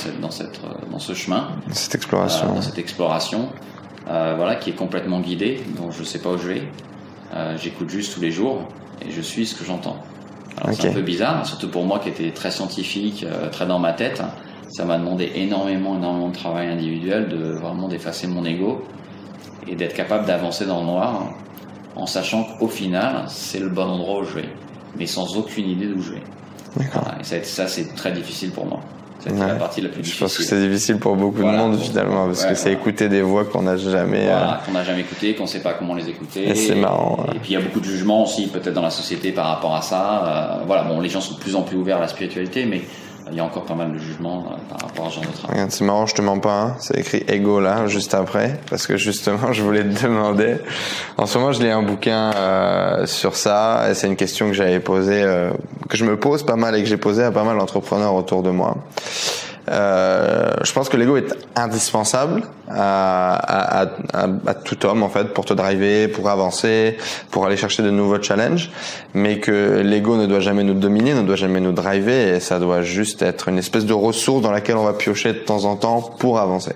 chemin, cette exploration, dans cette exploration, qui est complètement guidée. Donc je sais pas où je vais. J'écoute juste tous les jours et je suis ce que j'entends. Alors c'est un peu bizarre, surtout pour moi qui était très scientifique, très dans ma tête. Ça m'a demandé énormément de travail individuel, de vraiment d'effacer mon ego et d'être capable d'avancer dans le noir en sachant qu'au final, c'est le bon endroit où je vais, mais sans aucune idée d'où je vais. D'accord. Voilà, et ça, c'est très difficile pour moi. C'était la partie la plus difficile. Je pense que c'est difficile pour beaucoup de monde finalement, parce que c'est écouter des voix qu'on n'a jamais... qu'on n'a jamais écoutées, qu'on ne sait pas comment les écouter. Et c'est marrant. Et puis il y a beaucoup de jugements aussi peut-être dans la société par rapport à ça. Les gens sont de plus en plus ouverts à la spiritualité, mais il y a encore pas mal de jugements par rapport à ce genre de travail. Regarde, c'est marrant, je te mens pas, hein. C'est écrit ego là, juste après, parce que justement, je voulais te demander. En ce moment, je lis un bouquin sur ça, et c'est une question que j'avais posée, que je me pose pas mal et que j'ai posée à pas mal d'entrepreneurs autour de moi. Je pense que l'ego est indispensable à tout homme en fait, pour te driver, pour avancer, pour aller chercher de nouveaux challenges, mais que l'ego ne doit jamais nous dominer, ne doit jamais nous driver, et ça doit juste être une espèce de ressource dans laquelle on va piocher de temps en temps pour avancer.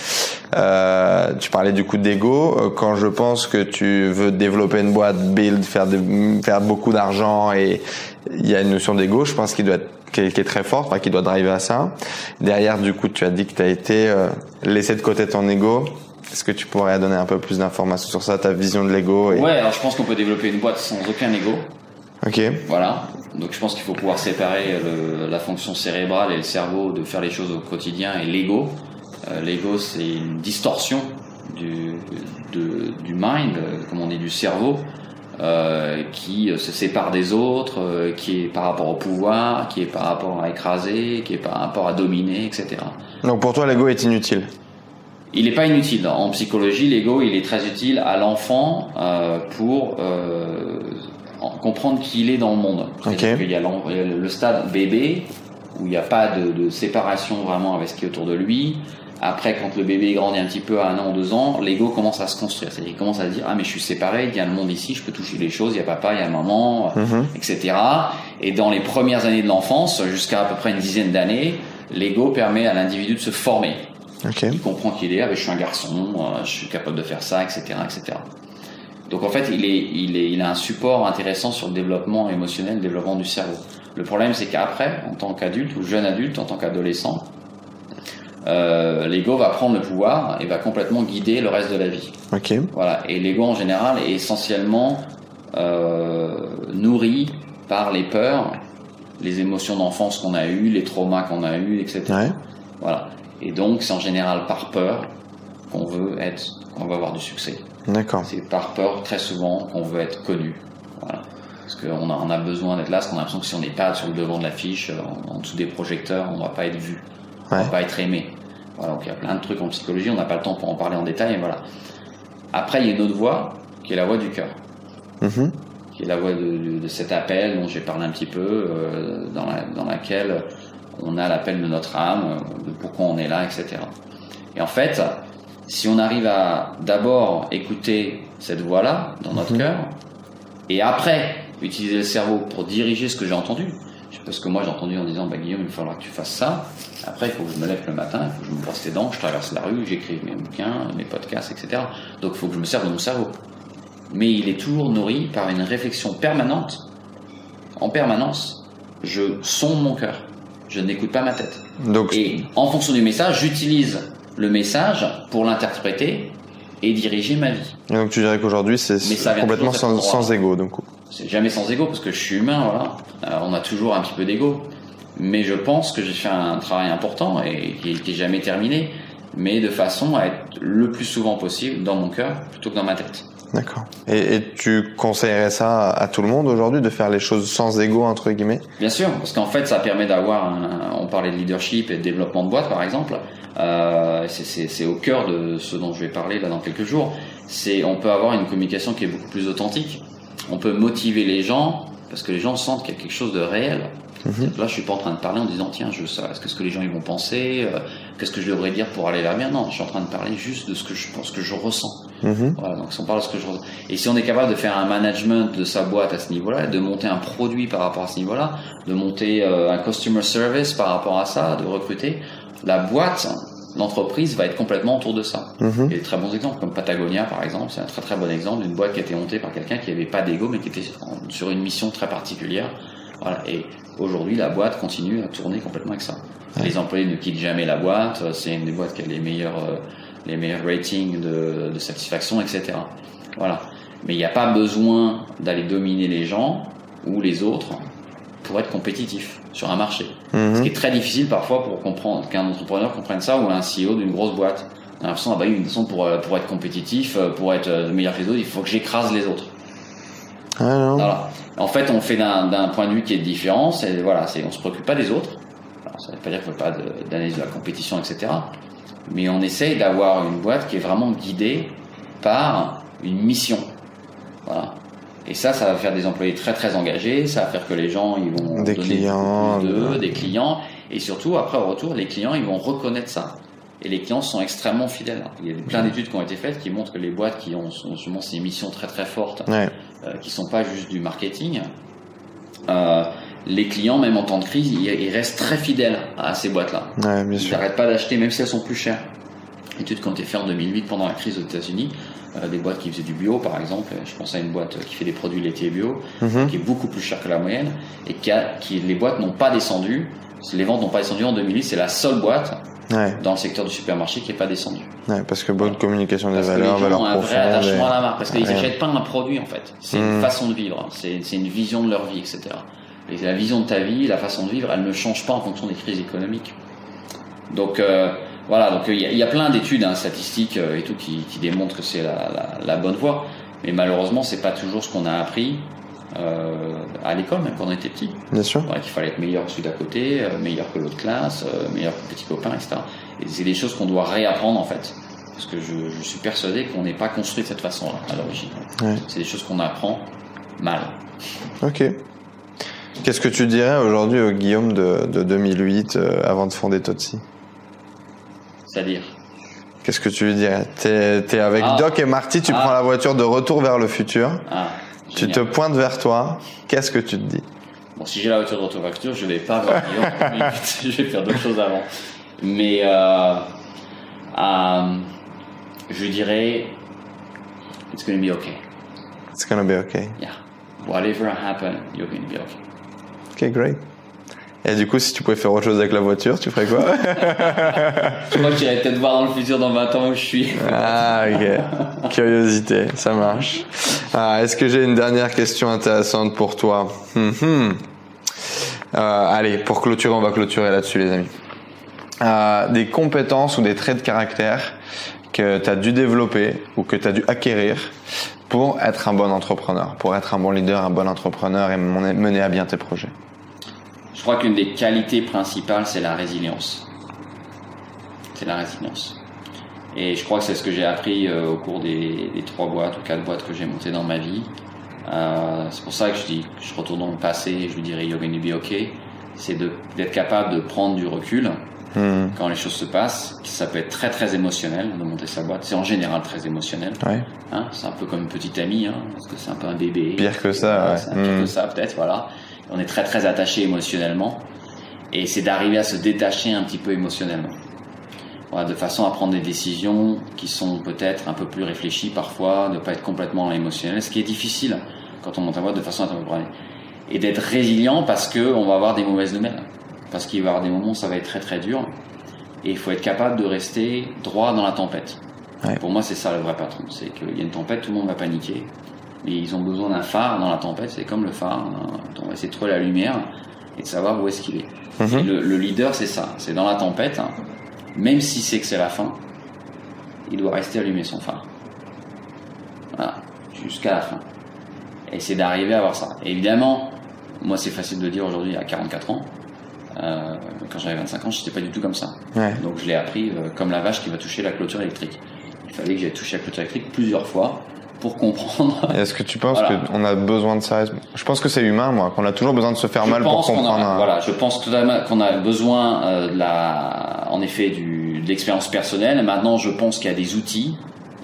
Tu parlais du coup d'ego. Quand je pense que tu veux développer une boîte, build, faire beaucoup d'argent, et il y a une notion d'ego, je pense qui est très forte, qui doit driver à ça. Derrière, du coup, tu as dit que tu as été laissé de côté ton ego. Est-ce que tu pourrais donner un peu plus d'informations sur ça, ta vision de l'ego Ouais, alors je pense qu'on peut développer une boîte sans aucun ego. Ok. Voilà. Donc je pense qu'il faut pouvoir séparer la fonction cérébrale et le cerveau de faire les choses au quotidien et l'ego. L'ego, c'est une distorsion du mind, comme on dit, du cerveau, qui se sépare des autres, qui est par rapport au pouvoir, qui est par rapport à écraser, qui est par rapport à dominer, etc. Donc pour toi, l'ego est inutile? Il n'est pas inutile. En psychologie, l'ego, il est très utile à l'enfant pour comprendre qui il est dans le monde. C'est-à-dire qu'il y a le stade bébé, où il n'y a pas de séparation vraiment avec ce qui est autour de lui. Après, quand le bébé grandit un petit peu à 1 an ou 2 ans, l'ego commence à se construire. C'est-à-dire qu'il commence à se dire, ah, mais je suis séparé, il y a le monde ici, je peux toucher les choses, il y a papa, il y a maman, etc. Et dans les premières années de l'enfance, jusqu'à à peu près une dizaine d'années, l'ego permet à l'individu de se former. Il comprend qui il est, je suis un garçon, je suis capable de faire ça, etc., etc. Donc en fait, il a un support intéressant sur le développement émotionnel, le développement du cerveau. Le problème, c'est qu'après, en tant qu'adulte ou jeune adulte, en tant qu'adolescent, l'ego va prendre le pouvoir et va complètement guider le reste de la vie. Voilà. Et l'ego en général est essentiellement nourri par les peurs, les émotions d'enfance qu'on a eues, les traumas qu'on a eus, etc. Voilà. Et donc c'est en général par peur qu'on va avoir du succès. D'accord. C'est par peur très souvent qu'on veut être connu. Voilà. Parce qu'on a besoin d'être là, parce qu'on a l'impression que si on n'est pas sur le devant de l'affiche, en dessous des projecteurs, on ne va pas être vu, on ne va pas être aimé. Voilà, donc il y a plein de trucs en psychologie, on n'a pas le temps pour en parler en détail, mais voilà. Après, il y a une autre voix, qui est la voix du cœur. Qui est la voix de cet appel dont j'ai parlé un petit peu, dans laquelle on a l'appel de notre âme, de pourquoi on est là, etc. Et en fait, si on arrive à d'abord écouter cette voix-là dans notre cœur, et après utiliser le cerveau pour diriger ce que j'ai entendu, parce que moi j'ai entendu en disant Guillaume, il faudra que tu fasses ça. Après, il faut que je me lève le matin, il faut que je me brosse les dents, je traverse la rue, j'écris mes bouquins, mes podcasts, etc. Donc il faut que je me serve de mon cerveau. Mais il est toujours nourri par une réflexion permanente. En permanence, je sonde mon cœur. Je n'écoute pas ma tête. Et en fonction du message, j'utilise le message pour l'interpréter et diriger ma vie. Et donc tu dirais qu'aujourd'hui c'est complètement sans ego, donc. C'est jamais sans ego parce que je suis humain, voilà. On a toujours un petit peu d'ego. Mais je pense que j'ai fait un travail important et qui n'est jamais terminé, mais de façon à être le plus souvent possible dans mon cœur plutôt que dans ma tête. D'accord. Et tu conseillerais ça à tout le monde aujourd'hui, de faire les choses sans ego, entre guillemets? Bien sûr, parce qu'en fait ça permet d'avoir on parlait de leadership et de développement de boîte par exemple, c'est au cœur de ce dont je vais parler là dans quelques jours. On peut avoir une communication qui est beaucoup plus authentique, on peut motiver les gens parce que les gens sentent qu'il y a quelque chose de réel. Là, je suis pas en train de parler en disant tiens, qu'est-ce que les gens ils vont penser, qu'est-ce que je devrais dire pour aller vers bien. Non, je suis en train de parler juste de ce que je pense, que je ressens. Voilà, donc si on parle de ce que je ressens, et si on est capable de faire un management de sa boîte à ce niveau-là, de monter un produit par rapport à ce niveau-là, de monter un customer service par rapport à ça, de recruter, la boîte, l'entreprise va être complètement autour de ça. Il y a de très bons exemples, comme Patagonia par exemple, c'est un très très bon exemple d'une boîte qui a été montée par quelqu'un qui n'avait pas d'ego mais qui était sur une mission très particulière. Voilà, et aujourd'hui la boîte continue à tourner complètement avec ça. Les employés ne quittent jamais la boîte, c'est une des boîtes qui a les meilleurs ratings de satisfaction, etc. Voilà. Mais il n'y a pas besoin d'aller dominer les gens ou les autres pour être compétitif sur un marché. Ce qui est très difficile parfois pour comprendre qu'un entrepreneur comprenne ça ou un CEO d'une grosse boîte. On a l'impression, de toute façon, pour être compétitif, pour être meilleur que les autres, il faut que j'écrase les autres. Voilà. En fait, on fait d'un point de vue qui est différent. On se préoccupe pas des autres. Alors, ça ne veut pas dire qu'il ne faut pas d'analyse de la compétition, etc. Mais on essaye d'avoir une boîte qui est vraiment guidée par une mission. Voilà. Et ça va faire des employés très très engagés. Ça va faire que les gens, ils vont des clients, des clients, et surtout après au retour, les clients, ils vont reconnaître ça. Et les clients sont extrêmement fidèles. Il y a plein d'études qui ont été faites qui montrent que les boîtes qui ont justement ces missions très très fortes, qui sont pas juste du marketing, les clients, même en temps de crise, ils restent très fidèles à ces boîtes-là. Ils n'arrêtent pas d'acheter, même si elles sont plus chères. Études qui ont été faites en 2008 pendant la crise aux États-Unis, des boîtes qui faisaient du bio, par exemple. Je pense à une boîte qui fait des produits laitiers bio, qui est beaucoup plus chère que la moyenne, et les boîtes n'ont pas descendu. Les ventes n'ont pas descendu en 2008. C'est la seule boîte dans le secteur du supermarché qui n'est pas descendu. Parce que bonne communication des valeurs, valeurs profondes. Parce que les gens ont un vrai attachement à la marque. Parce qu'ils n'achètent pas un produit, en fait. C'est une façon de vivre. C'est une vision de leur vie, etc. Et la vision de ta vie, la façon de vivre, elle ne change pas en fonction des crises économiques. Donc, voilà. Donc, il y a plein d'études statistiques et tout qui démontrent que c'est la bonne voie. Mais malheureusement, c'est pas toujours ce qu'on a appris à l'école, même quand on était petit. Bien sûr. Ouais, qu'il fallait être meilleur que celui d'à côté, meilleur que l'autre classe, meilleur que le petit copain, etc. Et c'est des choses qu'on doit réapprendre en fait. Parce que je suis persuadé qu'on n'est pas construit de cette façon-là à l'origine. C'est des choses qu'on apprend mal. Ok. Qu'est-ce que tu dirais aujourd'hui au Guillaume de 2008 avant de fonder Totsi? C'est-à-dire? Qu'est-ce que tu lui dirais? T'es avec Doc et Marty, tu prends la voiture de retour vers le futur. Tu te pointes vers toi, qu'est-ce que tu te dis? Bon, si j'ai la voiture de retour vers le futur, je ne vais pas voir Guillaume, je vais faire d'autres choses avant. Mais je dirais, it's going to be okay. It's going to be okay. Yeah. Whatever happens, you're going to be okay. Okay, great. Et du coup, si tu pouvais faire autre chose avec la voiture, tu ferais quoi? Je crois que j'irais peut-être voir dans le futur dans 20 ans où je suis. Ok. Curiosité, ça marche. Est-ce que j'ai une dernière question intéressante pour toi? Allez, pour clôturer, on va clôturer là-dessus, les amis. Des compétences ou des traits de caractère que tu as dû développer ou que tu as dû acquérir pour être un bon entrepreneur, pour être un bon leader, un bon entrepreneur et mener à bien tes projets? Je crois qu'une des qualités principales, c'est la résilience. C'est la résilience. Et je crois que c'est ce que j'ai appris au cours des 3 boîtes ou 4 boîtes que j'ai montées dans ma vie. C'est pour ça que je retourne dans le passé et je lui dirais you're going to be okay. C'est d'être capable de prendre du recul quand les choses se passent. Ça peut être très très émotionnel de monter sa boîte. C'est en général très émotionnel. C'est un peu comme une petite amie, parce que c'est un peu un bébé. Pire que ça. C'est pire que ça peut-être, voilà. On est très très attaché émotionnellement et c'est d'arriver à se détacher un petit peu émotionnellement, de façon à prendre des décisions qui sont peut-être un peu plus réfléchies parfois, de ne pas être complètement émotionnel, ce qui est difficile quand on monte en boîte de façon à et d'être résilient parce qu'on va avoir des mauvaises nouvelles, parce qu'il va y avoir des moments où ça va être très très dur et il faut être capable de rester droit dans la tempête. Pour moi c'est ça le vrai patron, c'est qu'il y a une tempête, tout le monde va paniquer. Et ils ont besoin d'un phare dans la tempête, c'est comme le phare, on va essayer de trouver la lumière et de savoir où est-ce qu'il est. Et le leader c'est ça, c'est dans la tempête, même si c'est que c'est la fin, il doit rester allumé son phare. Voilà, jusqu'à la fin. Et c'est d'arriver à avoir ça. Et évidemment, moi c'est facile de dire aujourd'hui à 44 ans, quand j'avais 25 ans, je n'étais pas du tout comme ça. Donc je l'ai appris comme la vache qui va toucher la clôture électrique. Il fallait que j'aille toucher la clôture électrique plusieurs fois pour comprendre. Est-ce que tu penses qu'on a besoin de ça? Je pense que c'est humain, moi, qu'on a toujours besoin de se faire mal pour comprendre. Je pense totalement qu'on a besoin en effet de l'expérience personnelle. Maintenant, je pense qu'il y a des outils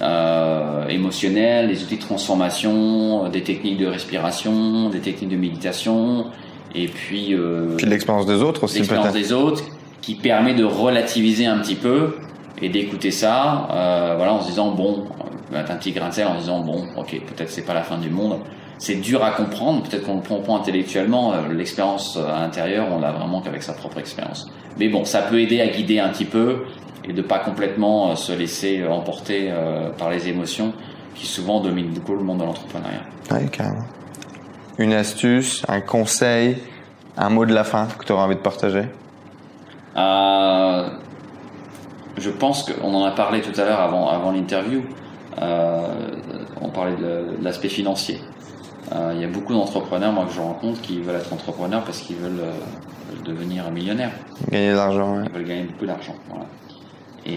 émotionnels, des outils de transformation, des techniques de respiration, des techniques de méditation, et puis de l'expérience des autres aussi, l'expérience des autres, qui permet de relativiser un petit peu et d'écouter ça, en se disant un petit grain de sel, en se disant ok, peut-être c'est pas la fin du monde. C'est dur à comprendre, peut-être qu'on le comprend intellectuellement, l'expérience à l'intérieur, on l'a vraiment qu'avec sa propre expérience. Mais ça peut aider à guider un petit peu et de pas complètement se laisser emporter par les émotions qui souvent dominent beaucoup le monde de l'entrepreneuriat. Oui, carrément. Une astuce, un conseil Un mot de la fin que tu aurais envie de partager? Je pense qu'on en a parlé tout à l'heure avant l'interview. On parlait de l'aspect financier. Il y a beaucoup d'entrepreneurs, moi, que je rencontre, qui veulent être entrepreneurs parce qu'ils veulent devenir millionnaires. Gagner de l'argent, Ils veulent gagner beaucoup d'argent. Voilà. Et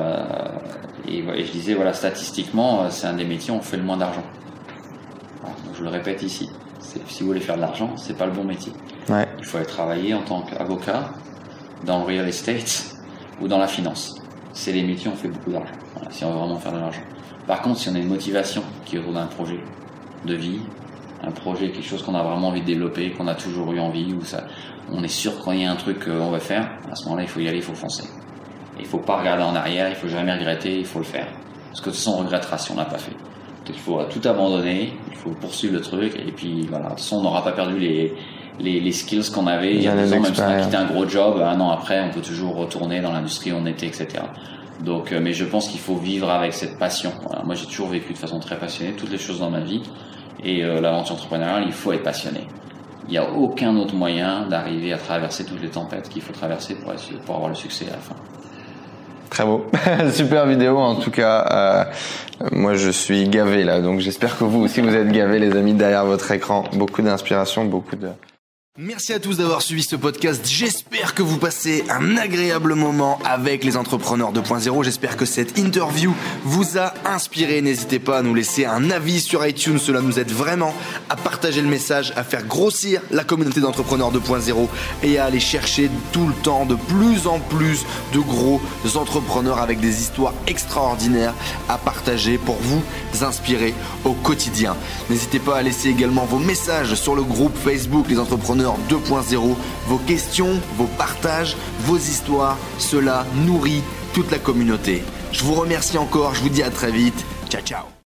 je disais, voilà, statistiquement, c'est un des métiers où on fait le moins d'argent. Voilà, donc je le répète ici. Si vous voulez faire de l'argent, c'est pas le bon métier. Ouais. Il faut aller travailler en tant qu'avocat dans le real estate ou dans la finance. C'est les métiers où on fait beaucoup d'argent. Voilà, si on veut vraiment faire de l'argent. Par contre, si on a une motivation qui est autour d'un projet de vie, un projet, quelque chose qu'on a vraiment envie de développer, qu'on a toujours eu envie, ou ça, on est sûr qu'il y a un truc qu'on va faire, à ce moment-là, il faut y aller, il faut foncer. Il faut pas regarder en arrière, il faut jamais regretter, il faut le faire. Parce que de toute façon, on regrettera si on l'a pas fait. Donc il faut tout abandonner, il faut poursuivre le truc, et puis voilà, de toute façon, on n'aura pas perdu les skills qu'on avait il y a 2 ans, même si on a quitté un gros job, 1 an après, on peut toujours retourner dans l'industrie où on était, etc. Donc, mais je pense qu'il faut vivre avec cette passion. Voilà, moi, j'ai toujours vécu de façon très passionnée, toutes les choses dans ma vie, et l'aventure entrepreneuriale, il faut être passionné. Il n'y a aucun autre moyen d'arriver à traverser toutes les tempêtes qu'il faut traverser pour avoir le succès à la fin. Très beau. Super vidéo en tout cas. Moi je suis gavé là, donc j'espère que vous aussi vous êtes gavés les amis derrière votre écran. Beaucoup d'inspiration, beaucoup de... Merci à tous d'avoir suivi ce podcast. J'espère que vous passez un agréable moment avec les entrepreneurs 2.0. J'espère que cette interview vous a inspiré. N'hésitez pas à nous laisser un avis sur iTunes. Cela nous aide vraiment à partager le message, à faire grossir la communauté d'entrepreneurs 2.0 et à aller chercher tout le temps de plus en plus de gros entrepreneurs avec des histoires extraordinaires à partager pour vous inspirer au quotidien. N'hésitez pas à laisser également vos messages sur le groupe Facebook Les Entrepreneurs 2.0, vos questions, vos partages, vos histoires, cela nourrit toute la communauté. Je vous remercie encore, je vous dis à très vite. Ciao ciao.